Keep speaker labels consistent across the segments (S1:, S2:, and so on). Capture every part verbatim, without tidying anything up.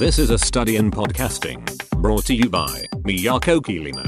S1: This is a study in podcasting brought to you by Miyako Kirino.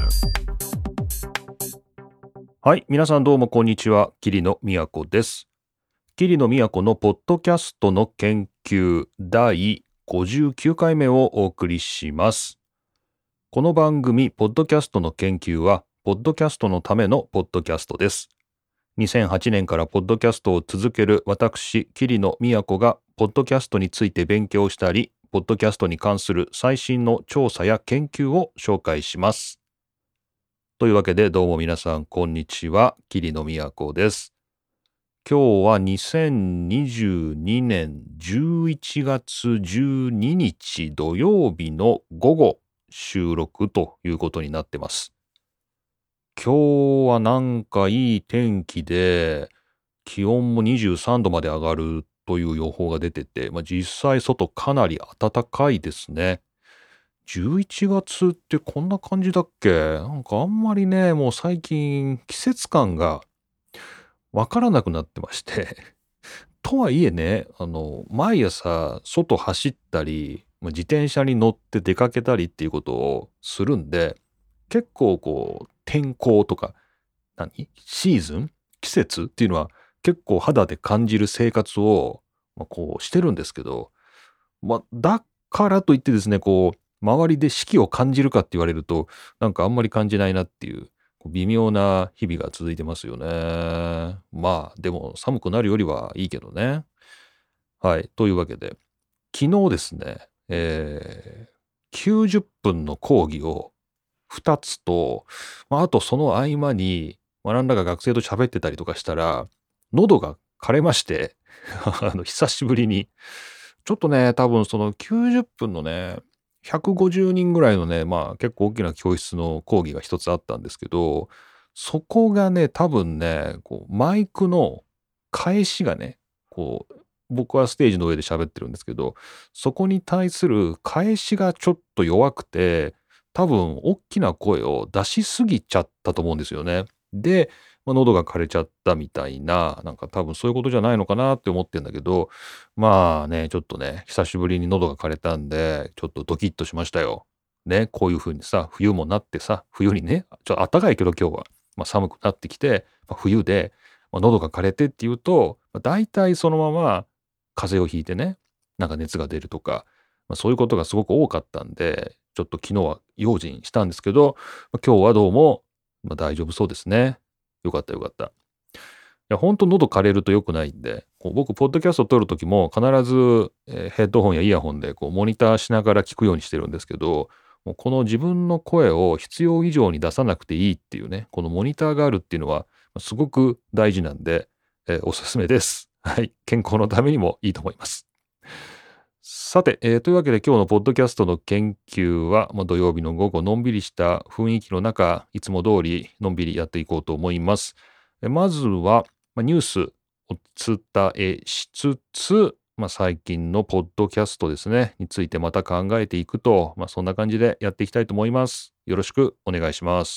S2: はい、皆さんどうもこんにちは。桐野都です。桐野都のポッドキャストの研究だいごじゅうきゅうかいめをお送りします。この番組、ポッドキャストの研究は、ポッドキャストのためのポッドキャストです。にせんはちねんからポッドキャストを続ける私、桐野都が、ポッドキャストについて勉強したり、ポッドキャストに関する最新の調査や研究を紹介します。というわけで、どうも皆さん、こんにちは。桐野都です。今日はにせんにじゅうにねんじゅういちがつじゅうににち土曜日の午後収録ということになってます。今日はなんかいい天気で、気温もにじゅうさんどまで上がるという予報が出てて、まあ、実際外かなり暖かいですね。じゅういちがつってこんな感じだっけ？なんかあんまりね、もう最近季節感がわからなくなってまして。とはいえね、あの、毎朝外走ったり、まあ自転車に乗って出かけたりっていうことをするんで、結構こう、天候とか、何シーズン季節っていうのは結構肌で感じる生活を、まあ、こうしてるんですけど、まあ、だからといってですね、こう、周りで四季を感じるかって言われると、なんかあんまり感じないなっていう、こう微妙な日々が続いてますよね。まあ、でも寒くなるよりはいいけどね。はい。というわけで、昨日ですね、えーきゅうじゅっぷんの講義をふたつと、まあ、あとその合間に、まあ、なんだか学生と喋ってたりとかしたら、喉が枯れまして、あの、久しぶりに、ちょっとね、多分そのきゅうじゅっぷんのね、ひゃくごじゅうにんぐらいのね、まあ結構大きな教室の講義が一つあったんですけど、そこがね、多分ね、こうマイクの返しがね、こう、僕はステージの上で喋ってるんですけど、そこに対する返しがちょっと弱くて、多分大きな声を出しすぎちゃったと思うんですよね。で、まあ、喉が枯れちゃったみたいな、なんか多分そういうことじゃないのかなって思ってんだけど、まあね、ちょっとね、久しぶりに喉が枯れたんで、ちょっとドキッとしましたよ。ね、こういう風にさ、冬もなってさ、冬にね、ちょっと暖かいけど今日は、まあ、寒くなってきて、まあ、冬で、まあ、喉が枯れてっていうと、まあ、大体そのまま風邪をひいてね、なんか熱が出るとか、まあ、そういうことがすごく多かったんで、ちょっと昨日は用心したんですけど、まあ、今日はどうも、まあ、大丈夫そうですね。よかったよかった。いや、ほんと喉枯れると良くないんで、こう僕、ポッドキャスト撮るときも必ず、えーヘッドホンやイヤホンでこうモニターしながら聞くようにしてるんですけど、もうこの自分の声を必要以上に出さなくていいっていうね、このモニターがあるっていうのはすごく大事なんで、えーおすすめです。はい。健康のためにもいいと思います。さて、えーというわけで今日のポッドキャストの研究は、まあ、土曜日の午後のんびりした雰囲気の中、いつも通りのんびりやっていこうと思います。えまずは、まあ、ニュースお伝えしつつ、まあ、最近のポッドキャストですね、についてまた考えていくと、まあ、そんな感じでやっていきたいと思います。よろしくお願いします。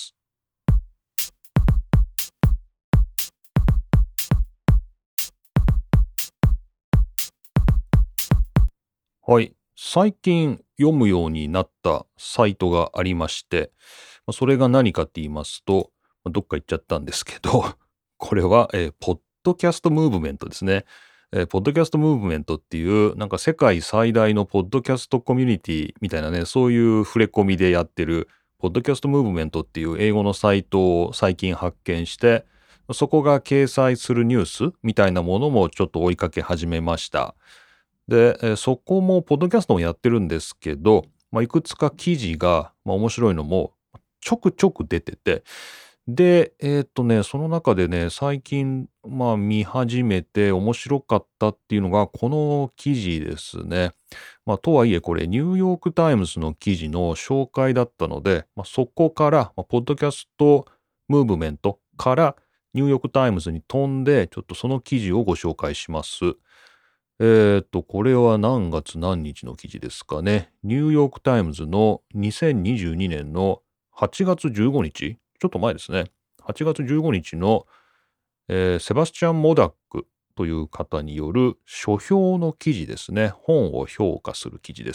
S2: はい。最近読むようになったサイトがありまして、まあそれが何かって言いますと、まあどっか行っちゃったんですけど、これは、えーポッドキャストムーブメントですね。えーポッドキャストムーブメントっていう、なんか世界最大のポッドキャストコミュニティみたいなね、そういう触れ込みでやってる、ポッドキャストムーブメントっていう英語のサイトを最近発見して、そこが掲載するニュースみたいなものもちょっと追いかけ始めました。で、えーそこもポッドキャストもやってるんですけど、まあ、いくつか記事が、まあ、面白いのもちょくちょく出てて、で、えーっとね、その中でね、最近、まあ見始めて面白かったっていうのが、この記事ですね。まあ、とはいえこれ、ニューヨークタイムズの記事の紹介だったので、まあ、そこから、まあ、ポッドキャストムーブメントからニューヨークタイムズに飛んで、ちょっとその記事をご紹介します。えーと、これは何月何日の記事ですかね。ニューヨークタイムズのにせんにじゅうにねんのはちがつじゅうごにち、ちょっと前ですね。はちがつじゅうごにちの、えーセバスチャン・モダックという方による書評の記事ですね。本を評価する記事です。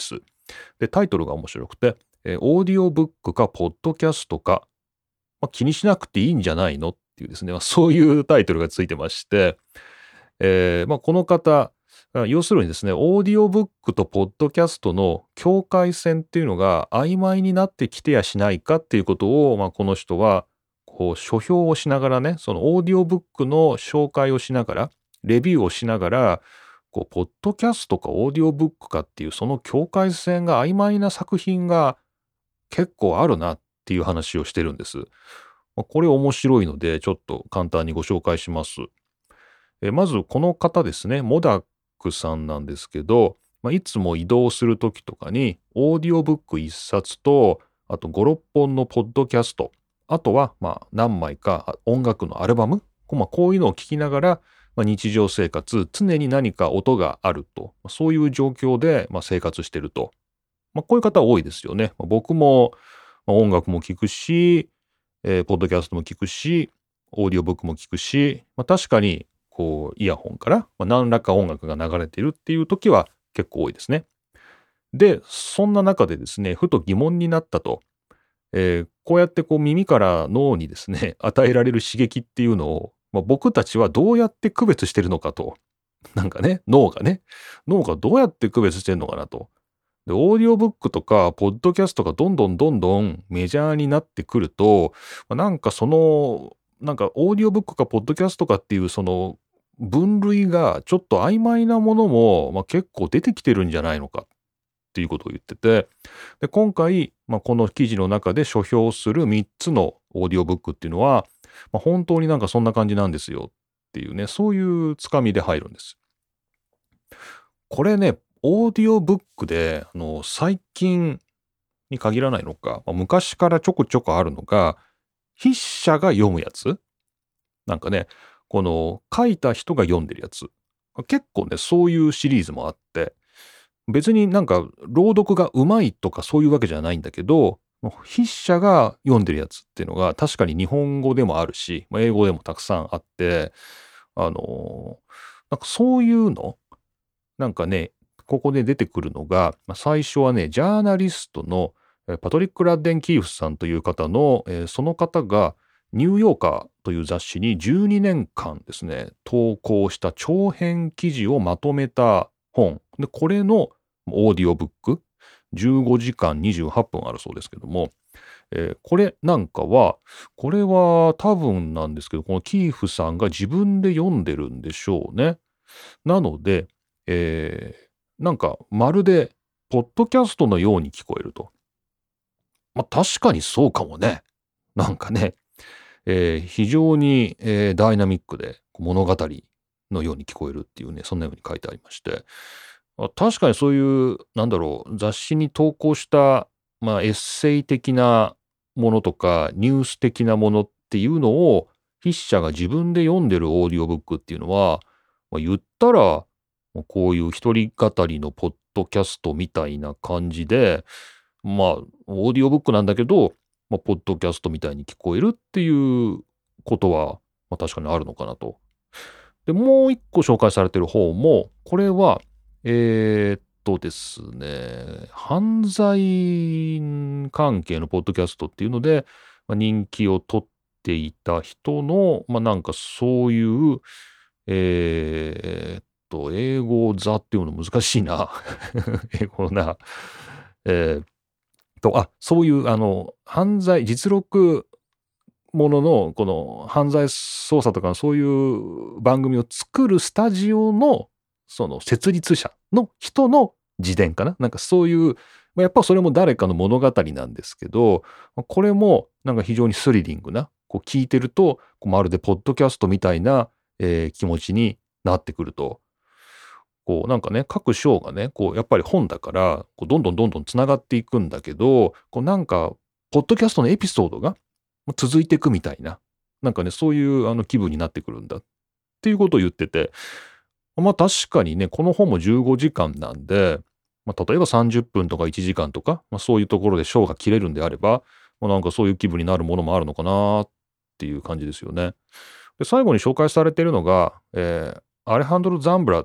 S2: で、タイトルが面白くて、えーオーディオブックかポッドキャストか、まあ、気にしなくていいんじゃないのっていうですね、まあ、そういうタイトルがついてまして、えーまあ、この方、あ要するにですね、オーディオブックとポッドキャストの境界線っていうのが曖昧になってきてやしないかっていうことを、まあ、この人はこう書評をしながらね、そのオーディオブックの紹介をしながら、レビューをしながら、こうポッドキャストかオーディオブックかっていうその境界線が曖昧な作品が結構あるなっていう話をしてるんです。まあこれ面白いので、ちょっと簡単にご紹介します。えまずこの方ですね、モダックさんなんですけど、まあ、いつも移動するときとかに、オーディオブックいっさつと、あとご、ろっぽんのポッドキャスト、あとはまあ何枚か音楽のアルバム、こうまあ、こういうのを聞きながら、まあ、日常生活、常に何か音があると、そういう状況でまあ生活してると。まあ、こういう方多いですよね。まあ、僕もまあ音楽も聞くし、えーポッドキャストも聞くし、オーディオブックも聞くし、まあ、確かにこうイヤホンから、まあ、何らか音楽が流れているっていう時は結構多いですね。で、そんな中でですね、ふと疑問になったと。えーこうやってこう耳から脳にですね、与えられる刺激っていうのを、まあ、僕たちはどうやって区別してるのかと。なんかね、脳がね、脳がどうやって区別してるのかなと。で、オーディオブックとか、ポッドキャストがどんどんどんどんメジャーになってくると、まあなんかその、なんかオーディオブックかポッドキャストかっていうその分類がちょっと曖昧なものも、まあ、結構出てきてるんじゃないのかっていうことを言ってて、で、今回、まあ、この記事の中で書評するみっつのオーディオブックっていうのは、まあ、本当になんかそんな感じなんですよっていうね、そういうつかみで入るんです。これね、オーディオブックで、あの、最近に限らないのか、まあ、昔からちょこちょこあるのが、筆者が読むやつなんかね、この書いた人が読んでるやつ。結構ね、そういうシリーズもあって、別になんか朗読がうまいとかそういうわけじゃないんだけど、筆者が読んでるやつっていうのが確かに日本語でもあるし、英語でもたくさんあって、あのなんかそういうのなんかね、ここで出てくるのが、まあ最初はね、ジャーナリストのえーパトリック・ラッデン・キーフさんという方の、えーその方がニューヨーカーという雑誌にじゅうにねんかんですね、投稿した長編記事をまとめた本。で、これのオーディオブック、じゅうごじかんにじゅうはっぷんあるそうですけども、えーこれなんかは、これは多分なんですけど、このキーフさんが自分で読んでるんでしょうね。なので、えーなんかまるでポッドキャストのように聞こえると。まあ確かにそうかもね。なんかね、えー非常に、えーダイナミックで物語のように聞こえるっていうね、そんなように書いてありまして。あ確かにそういう、なんだろう、雑誌に投稿した、まあエッセイ的なものとか、ニュース的なものっていうのを、筆者が自分で読んでるオーディオブックっていうのは、まあ、言ったら、まあこういう一人語りのポッドキャストみたいな感じで、まあ、オーディオブックなんだけど、まあ、ポッドキャストみたいに聞こえるっていうことは、まあ、確かにあるのかなと。で、もう一個紹介されてる方も、これは、えーっとですね、犯罪関係のポッドキャストっていうので、まあ、人気を取っていた人の、まあ、なんかそういう、えーっと、英語座っていうの難しいな。英語な。えーと、あ、そういう、あの、犯罪、実録ものの、この犯罪捜査とかのそういう番組を作るスタジオの、その設立者の人の自伝かななんかそういう、まあやっぱそれも誰かの物語なんですけど、これもなんか非常にスリリングな、こう聞いてると、こうまるでポッドキャストみたいな、えー気持ちになってくると。こうなんかね、各章がね、こうやっぱり本だから、こうどんどんどんどんつながっていくんだけど、こうなんか、ポッドキャストのエピソードが続いていくみたいな、なんかね、そういうあの気分になってくるんだっていうことを言ってて、まあ確かにね、この本もじゅうごじかんなんで、まあ例えばさんじゅっぷんとかいちじかんとか、まあそういうところで章が切れるんであれば、まあなんかそういう気分になるものもあるのかなっていう感じですよね。で、最後に紹介されているのが、えーアレハンドロ・ザンブラっ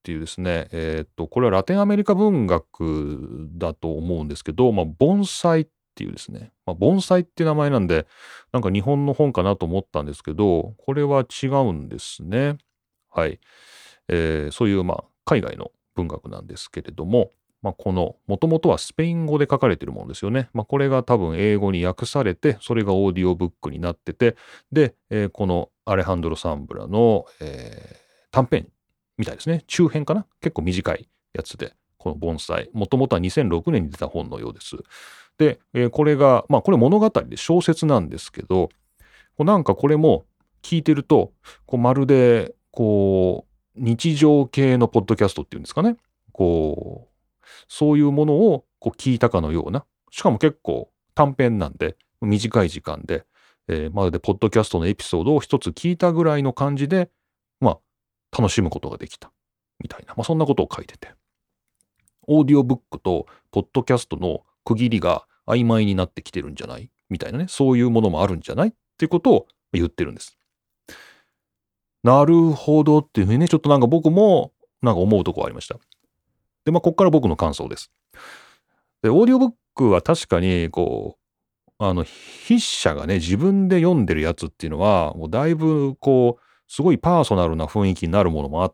S2: っていうですね、えっと、これはラテンアメリカ文学だと思うんですけど、まあ、盆栽っていうですね、まあ、盆栽っていう名前なんで、なんか日本の本かなと思ったんですけど、これは違うんですね。はい。えーそういう、まあ、海外の文学なんですけれども、まあ、この、もともとはスペイン語で書かれてるものですよね。まあ、これが多分英語に訳されて、それがオーディオブックになってて、で、えーこのアレハンドロ・サンブラの、えー短編みたいですね。中編かな、結構短いやつで、この盆栽。もともとはにせんろくねんに出た本のようです。で、えーこれが、まあ、これ物語で小説なんですけど、こうなんかこれも聞いてると、こうまるで、こう、日常系のポッドキャストっていうんですかね。こう、そういうものをこう聞いたかのような。しかも結構短編なんで、短い時間で、えーまるでポッドキャストのエピソードを一つ聞いたぐらいの感じで、まあ、楽しむことができた。みたいな。まあ、そんなことを書いてて。オーディオブックとポッドキャストの区切りが曖昧になってきてるんじゃないみたいなね。そういうものもあるんじゃないっていうことを言ってるんです。なるほどっていうふうにね、ちょっとなんか僕もなんか思うとこありました。で、まあ、ここから僕の感想です。で、オーディオブックは確かに、こう、あの、筆者がね、自分で読んでるやつっていうのは、もうだいぶ、こう、すごいパーソナルな雰囲気になるものもあって、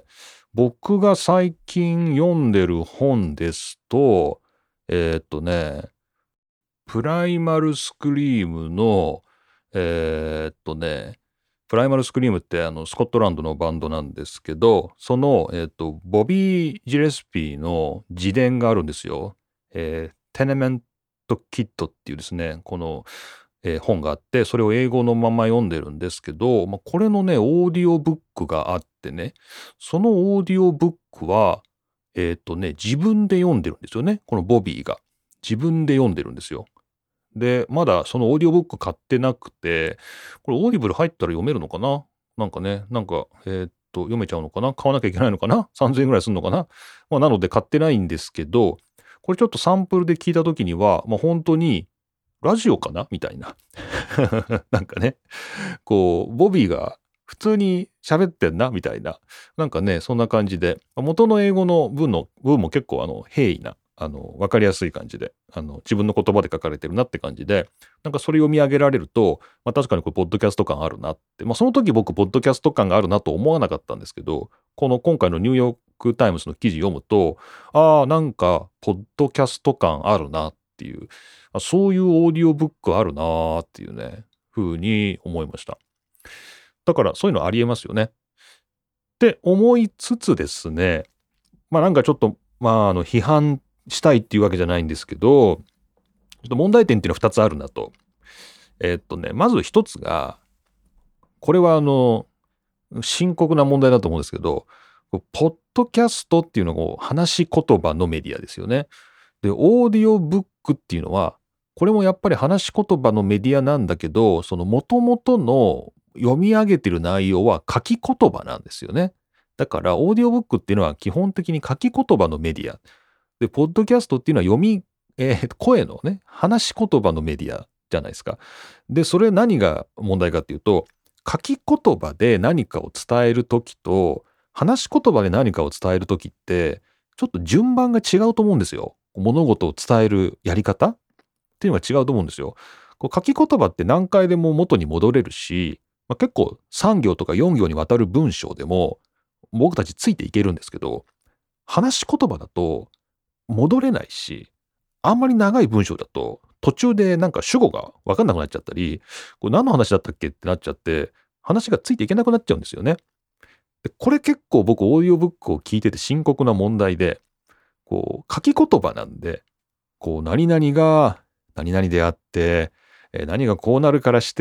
S2: 僕が最近読んでる本ですと、えーっとね、プライマルスクリームの、えーっとね、プライマルスクリームってあのスコットランドのバンドなんですけど、その、えーっと、ボビー・ジレスピーの自伝があるんですよ。えーテネメント・キッドっていうですね、この、えー本があって、それを英語のまま読んでるんですけど、まあ、これのね、オーディオブックがあってね、そのオーディオブックは、えーっとね、自分で読んでるんですよね。このボビーが。自分で読んでるんですよ。で、まだそのオーディオブック買ってなくて、これオーディブル入ったら読めるのかな、なんかね、なんか、えーっと、読めちゃうのかな、買わなきゃいけないのかな、さんぜんえんぐらいするのかな、まあ、なので買ってないんですけど、これちょっとサンプルで聞いたときには、まあ、本当に、ラジオかなみたいな。なんかね、こう、ボビーが普通に喋ってんなみたいな。なんかね、そんな感じで、元の英語の文の、文も結構あの、平易な、あの、わかりやすい感じで、あの、自分の言葉で書かれてるなって感じで、なんかそれ読み上げられると、まあ確かにこれ、ポッドキャスト感あるなって、まあその時僕、ポッドキャスト感があるなと思わなかったんですけど、この今回のニューヨークタイムズの記事読むと、ああ、なんか、ポッドキャスト感あるなっていう、あ、そういうオーディオブックあるなーっていうね、ふうに思いました。だからそういうのありえますよね。って思いつつですね、まあなんかちょっと、まああの批判したいっていうわけじゃないんですけど、ちょっと問題点っていうのはふたつあるなと。えーっとね、まずひとつが、これはあの、深刻な問題だと思うんですけど、ポッドキャストっていうのが話し言葉のメディアですよね。で、オーディオブックっていうのは、これもやっぱり話し言葉のメディアなんだけど、その元々の読み上げてる内容は書き言葉なんですよね。だから、オーディオブックっていうのは基本的に書き言葉のメディア。で、ポッドキャストっていうのは読み、えー声のね、話し言葉のメディアじゃないですか。で、それ何が問題かっていうと、書き言葉で何かを伝えるときと、話し言葉で何かを伝えるときって、ちょっと順番が違うと思うんですよ。物事を伝えるやり方っていうのが違うと思うんですよ。こう書き言葉って何回でも元に戻れるし、まあ、結構さん行とかよん行にわたる文章でも僕たちついていけるんですけど、話し言葉だと戻れないし、あんまり長い文章だと途中でなんか主語がわかんなくなっちゃったり、これ何の話だったっけってなっちゃって、話がついていけなくなっちゃうんですよね。で、これ結構僕オーディオブックを聞いてて深刻な問題で、こう書き言葉なんで、こう何々が何々であって、えー何がこうなるからして、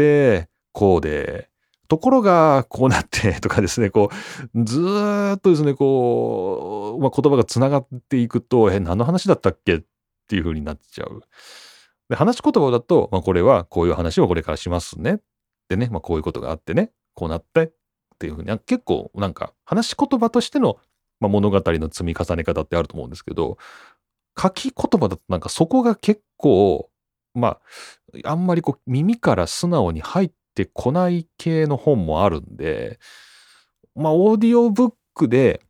S2: こうで、ところがこうなってとかですね、こう、ずーっとですね、こう、まあ、言葉がつながっていくと、え、何の話だったっけっていう風になっちゃう。で、話し言葉だと、まあ、これはこういう話をこれからしますね。でね、まあ、こういうことがあってね、こうなってっていう風に、あ結構なんか話し言葉としての、まあ、物語の積み重ね方ってあると思うんですけど、書き言葉だとなんかそこが結構、まあ、あんまりこう耳から素直に入ってこない系の本もあるんで、まあ、オーディオブックで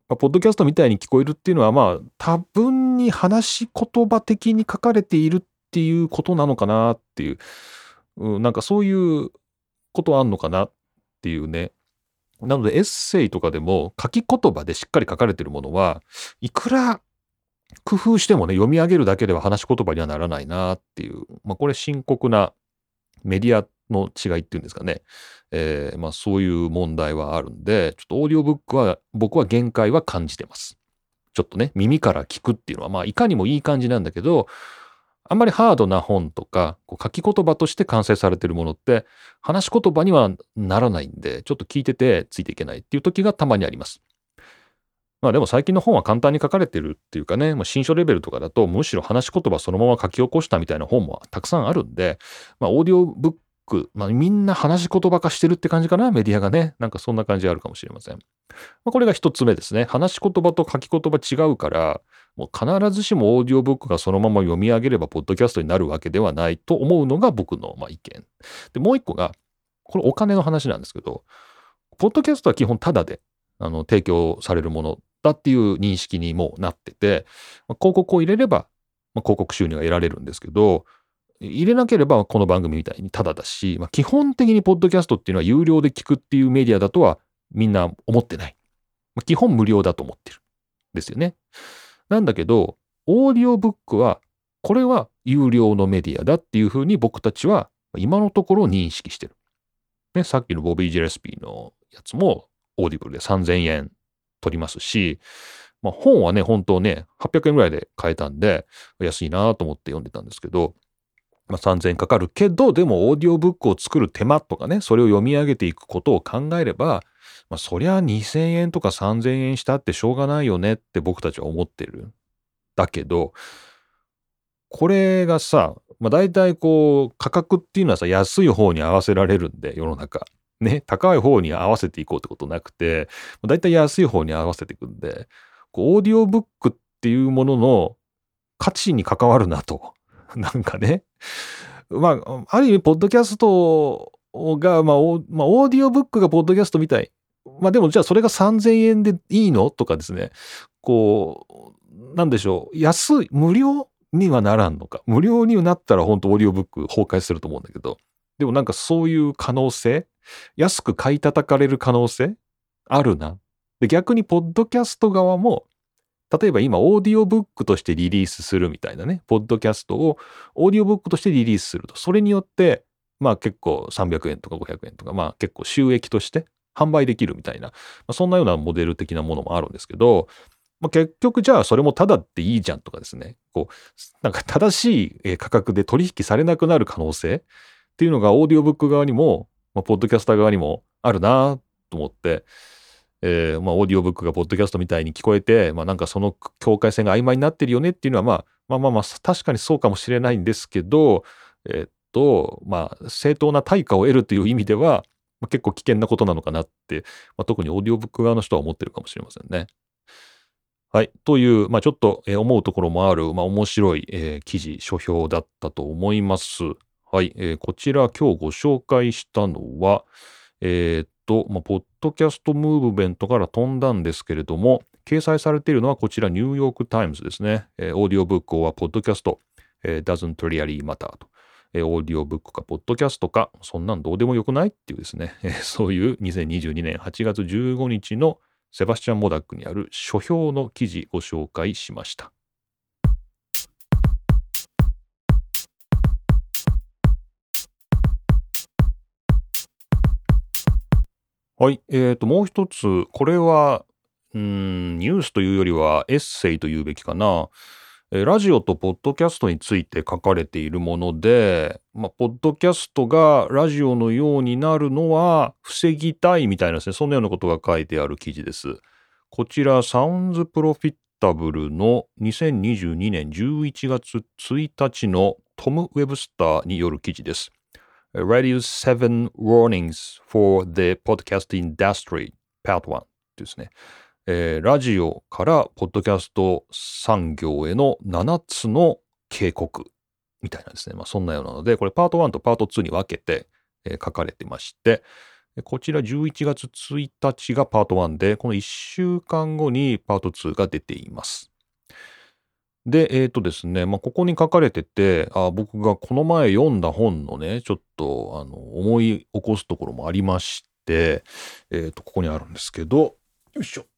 S2: まあ、ポッドキャストみたいに聞こえるっていうのは、まあ、多分に話し言葉的に書かれているっていうことなのかなっていう、うん、なんかそういうことあんのかなっていうね。なのでエッセイとかでも書き言葉でしっかり書かれてるものはいくら工夫してもね、読み上げるだけでは話し言葉にはならないなっていう、まあ、これ深刻なメディアの違いっていうんですかね。えーまあそういう問題はあるんで、ちょっとオーディオブックは僕は限界は感じてます。ちょっとね、耳から聞くっていうのは、まあいかにもいい感じなんだけど、あんまりハードな本とか、こう書き言葉として完成されてるものって、話し言葉にはならないんで、ちょっと聞いててついていけないっていう時がたまにあります。まあでも最近の本は簡単に書かれてるっていうかね、まあ、新書レベルとかだとむしろ話し言葉そのまま書き起こしたみたいな本もたくさんあるんで、まあオーディオブック、まあみんな話し言葉化してるって感じかな、メディアがね。なんかそんな感じあるかもしれません。まあ、これが一つ目ですね。話し言葉と書き言葉違うから、もう必ずしもオーディオブックがそのまま読み上げればポッドキャストになるわけではないと思うのが僕のまあ意見。で、もう一個が、これお金の話なんですけど、ポッドキャストは基本タダであの提供されるものだっていう認識にもうなってて、まあ、広告を入れれば、まあ、広告収入が得られるんですけど、入れなければこの番組みたいにタダだし、まあ、基本的にポッドキャストっていうのは有料で聞くっていうメディアだとはみんな思ってない。まあ、基本無料だと思ってる。ですよね。なんだけど、オーディオブックは、これは有料のメディアだっていうふうに僕たちは今のところ認識してる。ね、さっきのボビー・ジレスピーのやつもオーディブルでさんぜんえん取りますし、まあ、本はね、本当ね、はっぴゃくえんぐらいで買えたんで、安いなと思って読んでたんですけど、まあ、さんぜんえんかかるけど、でもオーディオブックを作る手間とかね、それを読み上げていくことを考えれば、まあ、そりゃにせんえんとかさんぜんえんしたってしょうがないよねって僕たちは思ってる。だけど、これがさ、まあ、大体こう、価格っていうのはさ、安い方に合わせられるんで、世の中。ね、高い方に合わせていこうってことなくて、大体安い方に合わせていくんで、こうオーディオブックっていうものの価値に関わるなと。なんかね。まあ、ある意味、ポッドキャストが、まあ、オーまあ、オーディオブックがポッドキャストみたい。まあでも、じゃあそれがさんぜんえんでいいのとかですね。こう、なんでしょう。安い、無料にはならんのか。無料になったら本当オーディオブック崩壊すると思うんだけど。でもなんかそういう可能性、安く買い叩かれる可能性あるな。で、逆にポッドキャスト側も、例えば今、オーディオブックとしてリリースするみたいなね、ポッドキャストをオーディオブックとしてリリースすると。それによって、まあ結構さんびゃくえんとかごひゃくえんとか、まあ結構収益として販売できるみたいな、まあ、そんなようなモデル的なものもあるんですけど、まあ、結局じゃあそれもタダっていいじゃんとかですね、こう、なんか正しい価格で取引されなくなる可能性っていうのがオーディオブック側にも、まあ、ポッドキャスター側にもあるなと思って、えー、まあ、オーディオブックがポッドキャストみたいに聞こえて、まあ、なんかその境界線が曖昧になってるよねっていうのは、まあ、まあまあまあ、確かにそうかもしれないんですけど、えーっと、まあ、正当な対価を得るという意味では、まあ、結構危険なことなのかなって、まあ、特にオーディオブック側の人は思ってるかもしれませんね。はい。という、まあ、ちょっと、えー思うところもある、まあ、面白い、えー記事、書評だったと思います。はい。えーこちら今日ご紹介したのは、えーっと、まあ、ポッドキャストムーブメントから飛んだんですけれども、掲載されているのはこちらニューヨークタイムズですね。えーオーディオブックはポッドキャスト、えー doesn't really matter と。えーオーディオブックかポッドキャストか、そんなんどうでもよくないっていうですね、えーそういうにせんにじゅうにねんはちがつじゅうごにちのセバスチャン・モダックにある書評の記事ご紹介しました。はい。えーと、もう一つ、これは、うーん、ニュースというよりはエッセイというべきかな。えーラジオとポッドキャストについて書かれているもので、まあ、ポッドキャストがラジオのようになるのは防ぎたいみたいなですね、そんなようなことが書いてある記事です。こちら、サウンズプロフィッタブルのにせんにじゅうにねんじゅういちがつついたちのトム・ウェブスターによる記事です。Radio セブン Warnings for the Podcast Industry Part ワンですね。えーラジオからポッドキャスト産業へのななつの警告みたいなですね。まあそんなようなので、これパートワンとパートツーに分けて、えー書かれてまして、 こちらじゅういちがつついたちがパートワンで、このいっしゅうかんごにパートツーが出ています。で、えっとですね、まあ、ここに書かれてて、あ、僕がこの前読んだ本のね、ちょっと、あの、思い起こすところもありまして、えっと、ここにあるんですけど、よいしょ。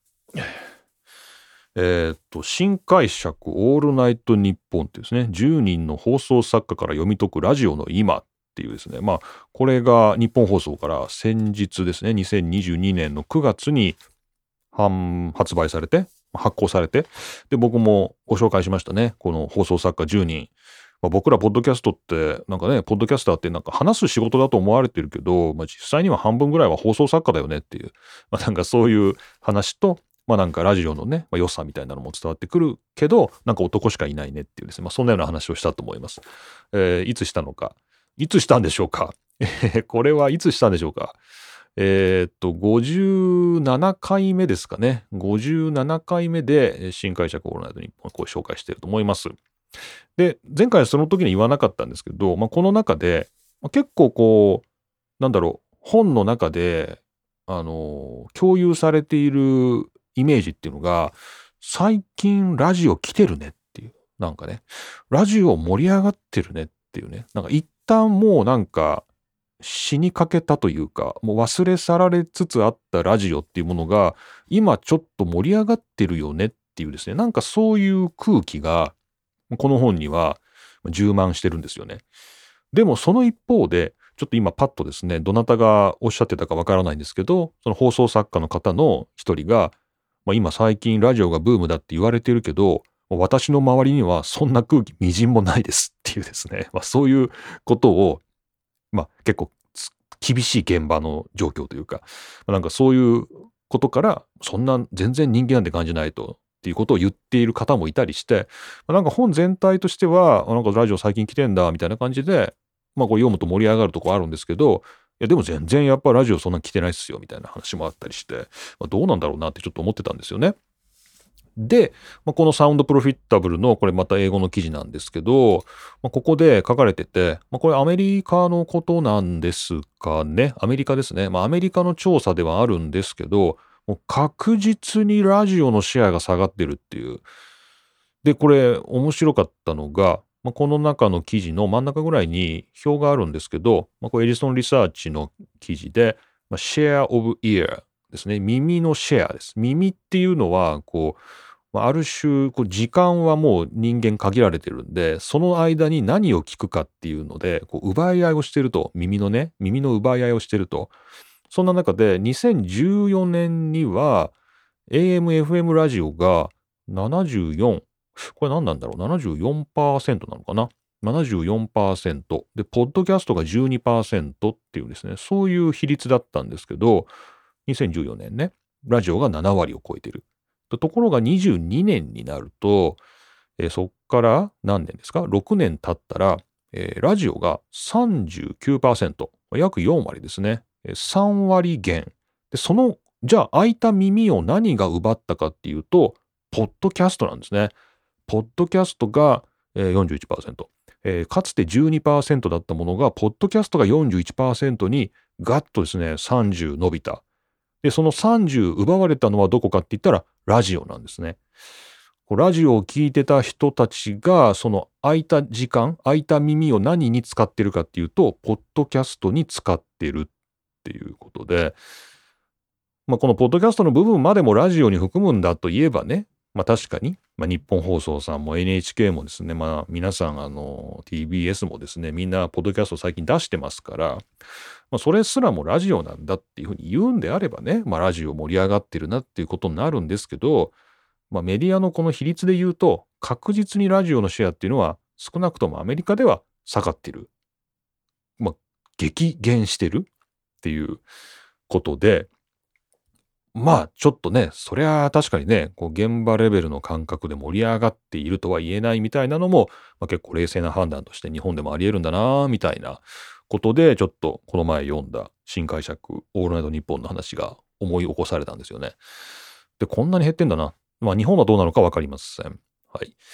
S2: えっと、新解釈オールナイトニッポンっていうですね、じゅうにんの放送作家から読み解くラジオの今っていうですね、まあ、これが日本放送から先日ですね、にせんにじゅうにねんのくがつに販発売されて、発行されて、で、僕もご紹介しましたね。この放送作家じゅうにん。まあ、僕らポッドキャストって、なんかね、ポッドキャスターってなんか話す仕事だと思われてるけど、まあ、実際には半分ぐらいは放送作家だよねっていう、まあ、なんかそういう話と、まあなんかラジオのね、まあ、良さみたいなのも伝わってくるけど、なんか男しかいないねっていうですね、まあそんなような話をしたと思います。えーいつしたのか。いつしたんでしょうか。えーこれはいつしたんでしょうか。えーっと、ごじゅうななかいめですかね。ごじゅうななかいめで、えー新解釈オールナイトニッポンこう紹介していると思います。で、前回はその時に言わなかったんですけど、まあ、この中で、まあ、結構こう、なんだろう、本の中で、あのー共有されているイメージっていうのが、最近ラジオ来てるねっていう、なんかね、ラジオ盛り上がってるねっていうね、なんか一旦もうなんか、死にかけたというか、もう忘れ去られつつあったラジオっていうものが、今ちょっと盛り上がってるよねっていうですね、なんかそういう空気が、この本には充満してるんですよね。でもその一方で、ちょっと今パッとですね、どなたがおっしゃってたかわからないんですけど、その放送作家の方の一人が、まあ、今最近ラジオがブームだって言われてるけど、私の周りにはそんな空気みじんもないですっていうですね、まあ、そういうことを、まあ、結構厳しい現場の状況というか、なんかそういうことから、そんな全然人間なんて感じないと。っていうことを言っている方もいたりして、なんか本全体としては、なんかラジオ最近来てんだみたいな感じで、まあこう読むと盛り上がるとこあるんですけど、いやでも全然やっぱラジオそんな来てないっすよみたいな話もあったりして、まあ、どうなんだろうなってちょっと思ってたんですよね。で、まあ、このサウンドプロフィッタブルのこれまた英語の記事なんですけど、まあ、ここで書かれてて、まあ、これアメリカのことなんですかね。アメリカですね。まあアメリカの調査ではあるんですけど、もう確実にラジオのシェアが下がってるっていう。で、これ面白かったのが、まあ、この中の記事の真ん中ぐらいに表があるんですけど、まあ、これエジソンリサーチの記事で、まあ、share of ear ですね。耳のシェアです。耳っていうのは、こう、まあある種、こう時間はもう人間限られてるんで、その間に何を聞くかっていうので、こう奪い合いをしてると、耳のね、耳の奪い合いをしてると。そんな中で、にせんじゅうよねんには、エーエム、エフエム ラジオがななじゅうよん、これ何なんだろう、ななじゅうよんパーセント なのかな ?ななじゅうよんパーセント。で、ポッドキャストがじゅうにパーセントっていうですね、そういう比率だったんですけど、にせんじゅうよねんね、ラジオがななわりを超えてる。ところがにじゅうにねんになると、えーそっから何年ですか ?ろく 年経ったら、えーラジオが さんじゅうきゅうパーセント、約よんわりですね。えーさんわり減。で、その、じゃあ空いた耳を何が奪ったかっていうと、ポッドキャストなんですね。ポッドキャストが、えー、よんじゅういちパーセント。えーかつてじゅうにパーセントだったものが、ポッドキャストが よんじゅういちパーセント にガッとですね、さんじゅう伸びた。で、そのさんじゅう奪われたのはどこかって言ったら、ラジオなんですね。ラジオを聞いてた人たちが、その空いた時間、空いた耳を何に使ってるかっていうと、ポッドキャストに使ってるっていうことで、まあ、このポッドキャストの部分までもラジオに含むんだといえばね、まあ確かに、まあ、日本放送さんも エヌエイチケー もですね、まあ皆さんあの ティービーエス もですね、みんなポッドキャスト最近出してますから、まあ、それすらもラジオなんだっていうふうに言うんであればね、まあラジオ盛り上がってるなっていうことになるんですけど、まあメディアのこの比率で言うと、確実にラジオのシェアっていうのは少なくともアメリカでは下がってる。まあ激減してるっていうことで、まあ、ちょっとね、そりゃ確かにね、こう現場レベルの感覚で盛り上がっているとは言えないみたいなのも、まあ、結構冷静な判断として日本でもあり得るんだなみたいなことで、ちょっとこの前読んだ新解釈オールナイトニッポンの話が思い起こされたんですよね。で、こんなに減ってんだな。まあ日本はどうなのかわかりません。はい。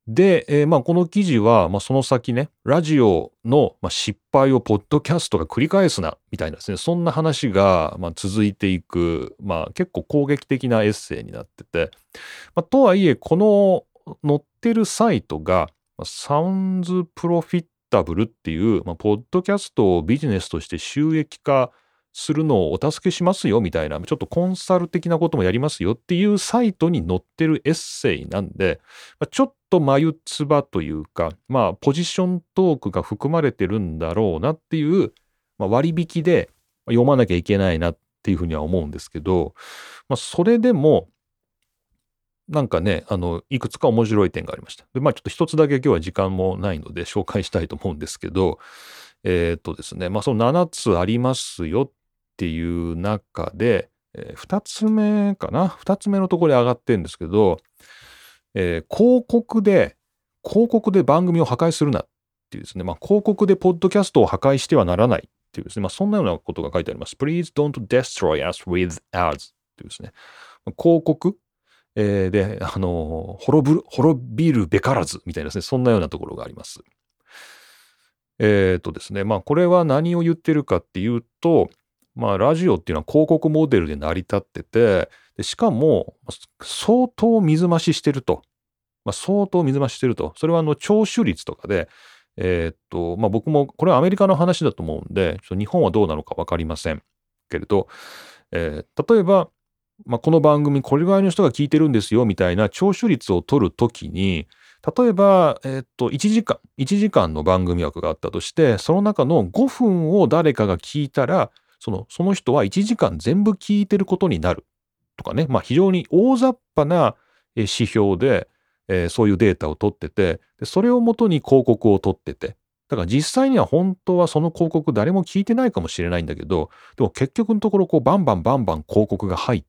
S2: で、えーまあ、この記事は、まあ、その先ね、ラジオの、まあ、失敗をポッドキャストが繰り返すな、みたいなですね、そんな話が、まあ、続いていく、まあ、結構攻撃的なエッセイになってて、まあ、とはいえ、この載ってるサイトが、サウンズプロフィッタブルっていう、まあ、ポッドキャストをビジネスとして収益化するのをお助けしますよみたいな、ちょっとコンサル的なこともやりますよっていうサイトに載ってるエッセイなんで、まあ、ちょっと眉唾というか、まあ、ポジショントークが含まれてるんだろうなっていう、まあ、割引で読まなきゃいけないなっていうふうには思うんですけど、まあ、それでも、なんかね、あの、いくつか面白い点がありました。で、まあちょっと一つだけ今日は時間もないので紹介したいと思うんですけど、えーっとですね、まあそのななつありますよっていう中で、えー、ふたつめかな ?ふた つ目のところで上がってるんですけど、えー広告で、広告で番組を破壊するなっていうですね、まあ広告でポッドキャストを破壊してはならないっていうですね、まあそんなようなことが書いてあります。Please don't destroy us with ads っていうですね、広告えーで、あのー滅ぶ、滅びるべからずみたいなですね、そんなようなところがあります。えっとですね、まあこれは何を言ってるかっていうと、まあラジオっていうのは広告モデルで成り立ってて、でしかも相当水増ししてると。まあ、相当水増ししてると。それはあの聴取率とかで、えーっと、まあ僕もこれはアメリカの話だと思うんで、ちょっと日本はどうなのかわかりませんけれど、えー例えば、まあ、この番組これぐらいの人が聞いてるんですよみたいな聴取率を取るときに、例えば、えーっと、いちじかん、いちじかんの番組枠があったとして、その中のごふんを誰かが聞いたら、その、その人はいちじかん全部聞いてることになるとかね、まあ非常に大雑把なえー指標で、えーそういうデータを取ってて、でそれをもとに広告を取ってて、だから実際には本当はその広告誰も聞いてないかもしれないんだけど、でも結局のところこうバンバンバンバン広告が入って、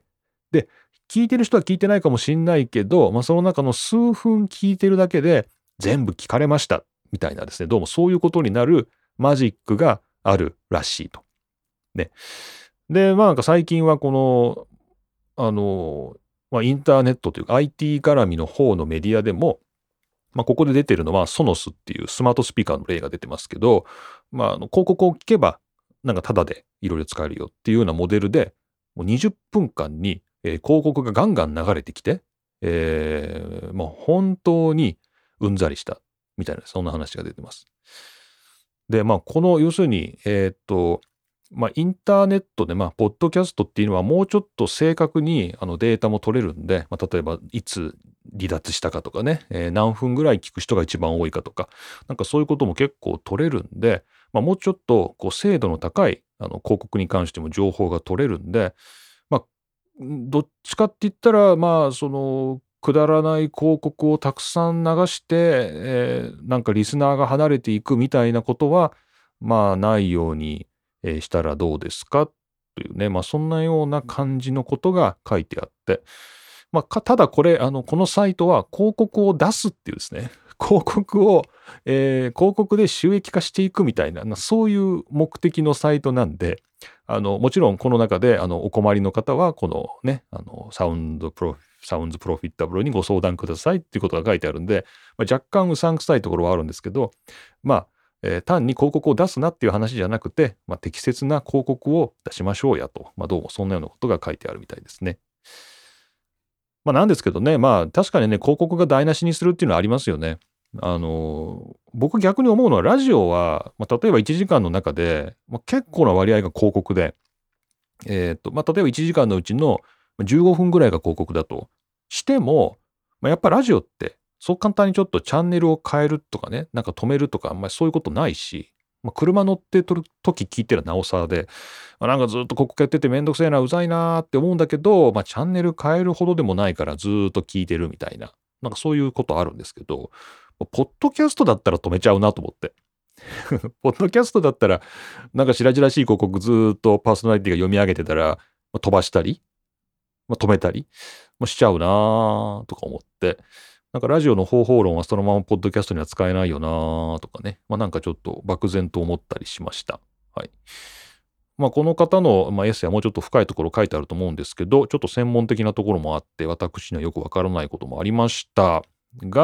S2: で、聞いてる人は聞いてないかもしれないけど、まあその中の数分聞いてるだけで全部聞かれましたみたいなですね、どうもそういうことになるマジックがあるらしいと。ね。で、まあなんか最近はこの、あの、まあインターネットというか アイティー 絡みの方のメディアでも、まあ、ここで出てるのはソノスっていうスマートスピーカーの例が出てますけど、まあ、あの広告を聞けば、なんかタダでいろいろ使えるよっていうようなモデルで、もうにじゅっぷんかんに、えー広告がガンガン流れてきて、えーもう本当にうんざりしたみたいな、そんな話が出てます。で、まあ、この、要するに、えーっと、まあ、インターネットで、まあ、ポッドキャストっていうのはもうちょっと正確にあのデータも取れるんで、まあ、例えば、いつ離脱したかとかね、えー何分ぐらい聞く人が一番多いかとか、なんかそういうことも結構取れるんで、まあ、もうちょっとこう精度の高いあの広告に関しても情報が取れるんで、まあ、どっちかって言ったら、まあ、その、くだらない広告をたくさん流して、えーなんかリスナーが離れていくみたいなことは、まあ、ないように、えーしたらどうですかというね、まあ、そんなような感じのことが書いてあって、まあ、かただこれ、あの、このサイトは広告を出すっていうですね、広告を、えー広告で収益化していくみたいな、なそういう目的のサイトなんで、あの、もちろんこの中で、あの、お困りの方は、このね、あの、サウンドプロ、サウンズプロフィッタブルにご相談くださいっていうことが書いてあるんで、まあ、若干うさんくさいところはあるんですけど、まあ、えー単に広告を出すなっていう話じゃなくて、まあ、適切な広告を出しましょうやと、まあ、どうもそんなようなことが書いてあるみたいですね。まあなんですけどね、まあ確かにね、広告が台無しにするっていうのはありますよね。あの、僕逆に思うのは、ラジオは、まあ、例えばいちじかんの中で、まあ、結構な割合が広告で、えっと、まあ、例えばいちじかんのうちのじゅうごふんぐらいが広告だとしても、まあ、やっぱラジオって、そう簡単にちょっとチャンネルを変えるとかね、なんか止めるとか、あんまりそういうことないし、まあ、車乗って撮る時聞いてるなおさらで、まあ、なんかずっと広告やっててめんどくせえな、うざいなーって思うんだけど、まあ、チャンネル変えるほどでもないからずーっと聞いてるみたいな、なんかそういうことあるんですけど、ポッドキャストだったら止めちゃうなと思って。ポッドキャストだったら、なんか白々しい広告ずーっとパーソナリティが読み上げてたら、まあ飛ばしたり、まあ、止めたり、まあ、しちゃうなーとか思って、なんかラジオの方法論はそのままポッドキャストには使えないよなーとかね、まあなんかちょっと漠然と思ったりしました。はい。まあこの方の、まあ、エッセイはもうちょっと深いところ書いてあると思うんですけど、ちょっと専門的なところもあって、私にはよくわからないこともありましたが、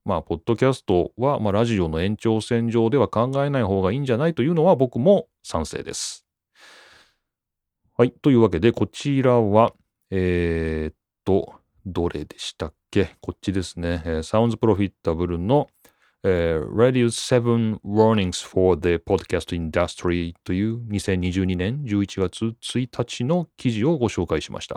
S2: まあ、ポッドキャストは、まあ、ラジオの延長線上では考えない方がいいんじゃないというのは僕も賛成です。はい。というわけで、こちらは、えー、っと、どれでしたっけ？こっちですね。えー、Sounds Profitable の、えー、Radio セブン Warnings for the Podcast Industry というにせんにじゅうにねんじゅういちがつついたちの記事をご紹介しました。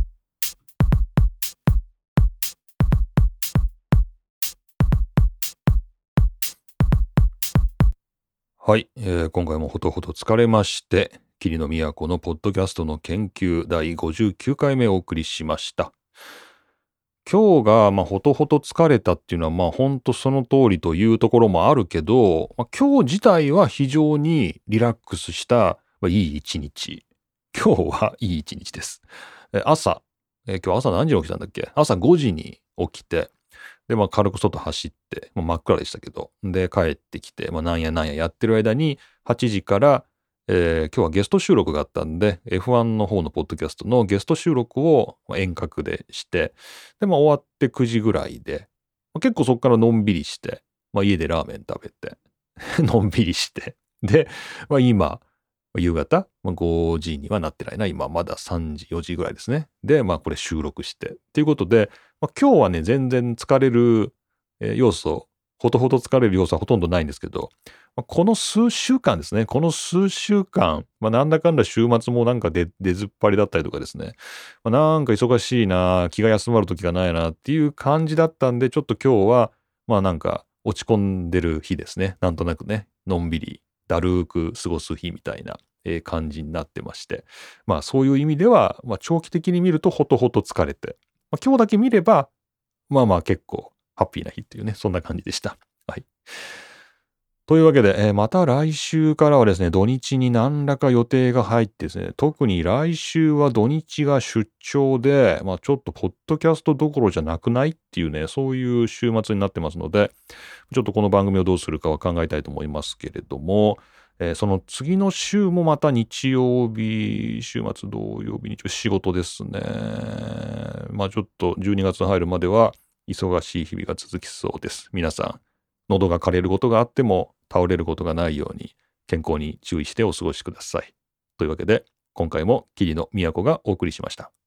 S2: はい、えー、今回もほとほと疲れまして、霧の都のポッドキャストの研究だいごじゅうきゅうかいめをお送りしました。今日が、まあ、ほとほと疲れたっていうのは、まあ、ほんとその通りというところもあるけど、まあ、今日自体は非常にリラックスした、まあ、いい一日。今日はいい一日です。え朝、え今日朝何時に起きたんだっけ？朝ごじに起きて、で、まあ、軽く外走って、まあ、真っ暗でしたけど、で、帰ってきて、まあ、なんやなんややってる間に、はちじから、えー今日はゲスト収録があったんで、エフワン の方のポッドキャストのゲスト収録をまあ遠隔でして、で、まあ、終わってくじぐらいで、まあ、結構そこからのんびりして、まあ、家でラーメン食べて、のんびりして、で、まあ、今、夕方、まあ、ごじにはなってないな。今まださんじ、よじぐらいですね。で、まあこれ収録して。ということで、まあ、今日はね、全然疲れる、えー要素、ほとほと疲れる要素はほとんどないんですけど、まあ、この数週間ですね、この数週間、まあ、なんだかんだ週末もなんか出出ずっぱりだったりとかですね、まあ、なんか忙しいな、気が休まる時がないなっていう感じだったんで、ちょっと今日は、まあなんか落ち込んでる日ですね。なんとなくね、のんびり、だるーく過ごす日みたいな、えー感じになってまして。まあそういう意味では、まあ長期的に見るとほとほと疲れて、まあ、今日だけ見れば、まあまあ結構ハッピーな日っていうね、そんな感じでした。はい。というわけで、えーまた来週からはですね、土日に何らか予定が入ってですね、特に来週は土日が出張で、まあちょっとポッドキャストどころじゃなくないっていうね、そういう週末になってますので、ちょっとこの番組をどうするかは考えたいと思いますけれども、えーその次の週もまた日曜日、週末土曜日、日曜日仕事ですね。まあちょっとじゅうにがつ入るまでは忙しい日々が続きそうです。皆さん、喉が枯れることがあっても倒れることがないように健康に注意してお過ごしください。というわけで、今回も霧の都がお送りしました。